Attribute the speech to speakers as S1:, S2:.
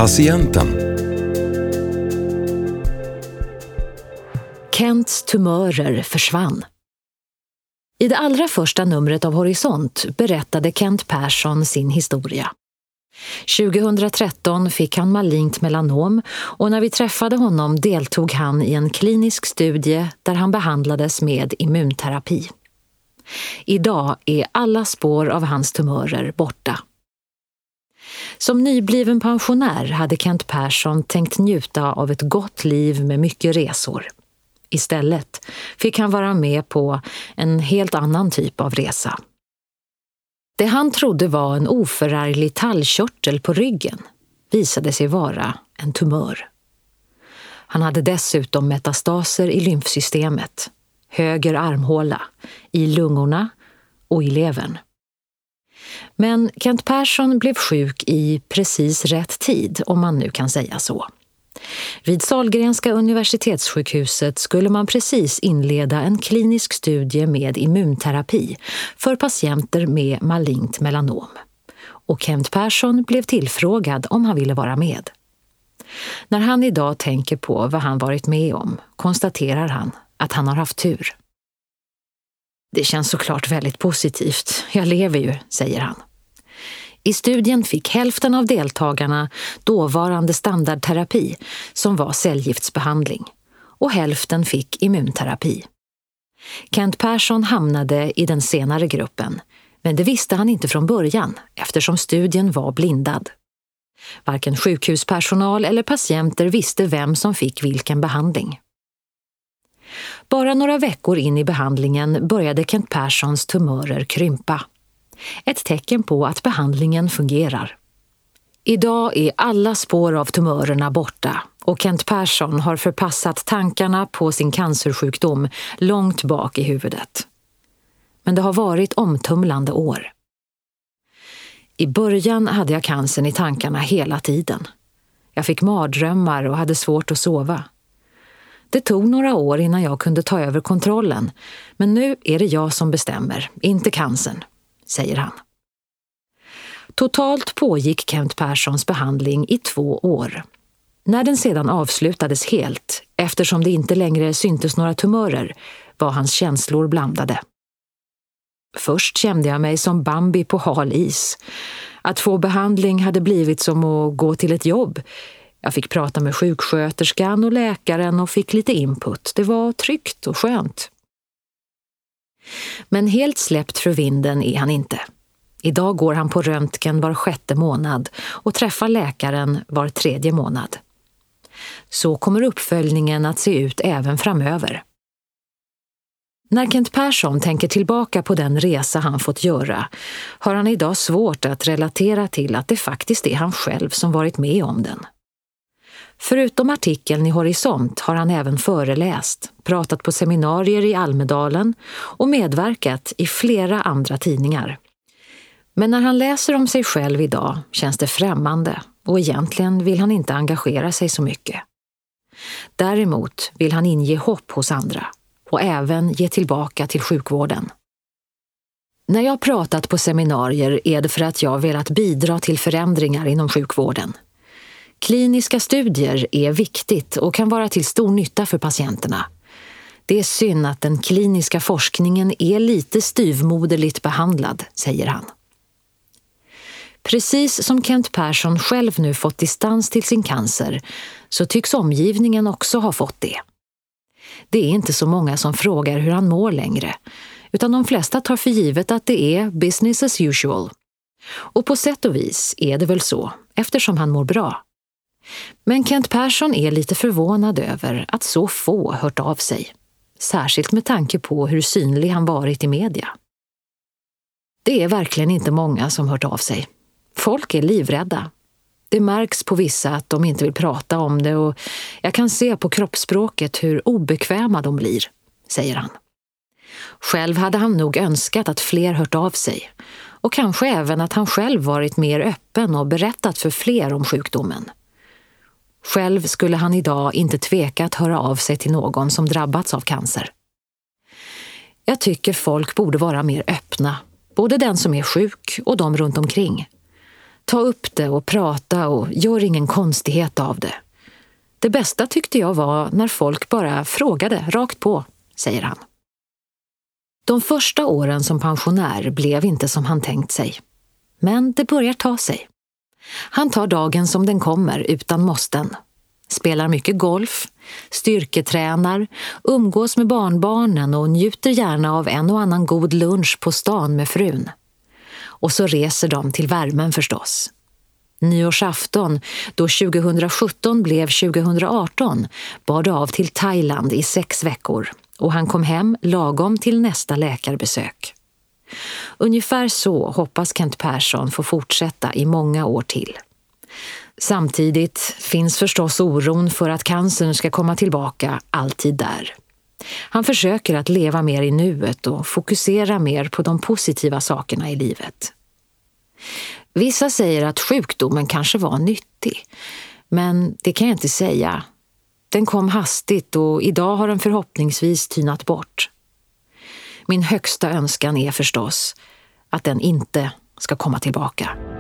S1: Patienten.
S2: Kents tumörer försvann. I det allra första numret av Horisont berättade Kent Persson sin historia. 2013 fick han malignt melanom och när vi träffade honom deltog han i en klinisk studie där han behandlades med immunterapi. Idag är alla spår av hans tumörer borta. Som nybliven pensionär hade Kent Persson tänkt njuta av ett gott liv med mycket resor. Istället fick han vara med på en helt annan typ av resa. Det han trodde var en oförarglig tallkörtel på ryggen visade sig vara en tumör. Han hade dessutom metastaser i lymfsystemet, höger armhåla, i lungorna och i levern. Men Kent Persson blev sjuk i precis rätt tid, om man nu kan säga så. Vid Sahlgrenska universitetssjukhuset skulle man precis inleda en klinisk studie med immunterapi för patienter med malignt melanom. Och Kent Persson blev tillfrågad om han ville vara med. När han idag tänker på vad han varit med om konstaterar han att han har haft tur. Det känns såklart väldigt positivt. Jag lever ju, säger han. I studien fick hälften av deltagarna dåvarande standardterapi som var cellgiftsbehandling och hälften fick immunterapi. Kent Persson hamnade i den senare gruppen, men det visste han inte från början eftersom studien var blindad. Varken sjukhuspersonal eller patienter visste vem som fick vilken behandling. Bara några veckor in i behandlingen började Kent Perssons tumörer krympa. Ett tecken på att behandlingen fungerar. Idag är alla spår av tumörerna borta och Kent Persson har förpassat tankarna på sin cancersjukdom långt bak i huvudet. Men det har varit omtumlande år. I början hade jag cancern i tankarna hela tiden. Jag fick mardrömmar och hade svårt att sova. Det tog några år innan jag kunde ta över kontrollen, men nu är det jag som bestämmer, inte cancern, säger han. Totalt pågick Kent Perssons behandling i 2 år. När den sedan avslutades helt, eftersom det inte längre syntes några tumörer, var hans känslor blandade. Först kände jag mig som Bambi på hal is. Att få behandling hade blivit som att gå till ett jobb. Jag fick prata med sjuksköterskan och läkaren och fick lite input. Det var tryggt och skönt. Men helt släppt för vinden är han inte. Idag går han på röntgen var 6:e månad och träffar läkaren var 3:e månad. Så kommer uppföljningen att se ut även framöver. När Kent Persson tänker tillbaka på den resa han fått göra har han idag svårt att relatera till att det faktiskt är han själv som varit med om den. Förutom artikeln i Horisont har han även föreläst, pratat på seminarier i Almedalen och medverkat i flera andra tidningar. Men när han läser om sig själv idag känns det främmande och egentligen vill han inte engagera sig så mycket. Däremot vill han inge hopp hos andra och även ge tillbaka till sjukvården. När jag pratat på seminarier är det för att jag velat bidra till förändringar inom sjukvården. Kliniska studier är viktigt och kan vara till stor nytta för patienterna. Det är synd att den kliniska forskningen är lite styvmoderligt behandlad, säger han. Precis som Kent Persson själv nu fått distans till sin cancer så tycks omgivningen också ha fått det. Det är inte så många som frågar hur han mår längre, utan de flesta tar för givet att det är business as usual. Och på sätt och vis är det väl så, eftersom han mår bra. Men Kent Persson är lite förvånad över att så få hört av sig. Särskilt med tanke på hur synlig han varit i media. Det är verkligen inte många som hört av sig. Folk är livrädda. Det märks på vissa att de inte vill prata om det och jag kan se på kroppsspråket hur obekväma de blir, säger han. Själv hade han nog önskat att fler hört av sig och kanske även att han själv varit mer öppen och berättat för fler om sjukdomen. Själv skulle han idag inte tveka att höra av sig till någon som drabbats av cancer. Jag tycker folk borde vara mer öppna, både den som är sjuk och de runt omkring. Ta upp det och prata och gör ingen konstighet av det. Det bästa tyckte jag var när folk bara frågade rakt på, säger han. De första åren som pensionär blev inte som han tänkt sig. Men det börjar ta sig. Han tar dagen som den kommer utan måsten. Spelar mycket golf, styrketränar, umgås med barnbarnen och njuter gärna av en och annan god lunch på stan med frun. Och så reser de till värmen förstås. Nyårsafton, då 2017 blev 2018, bar det av till Thailand i 6 veckor och han kom hem lagom till nästa läkarbesök. Ungefär så hoppas Kent Persson få fortsätta i många år till. Samtidigt finns förstås oron för att cancern ska komma tillbaka alltid där. Han försöker att leva mer i nuet och fokusera mer på de positiva sakerna i livet. Vissa säger att sjukdomen kanske var nyttig, men det kan jag inte säga. Den kom hastigt och idag har den förhoppningsvis tynat bort. Min högsta önskan är förstås att den inte ska komma tillbaka.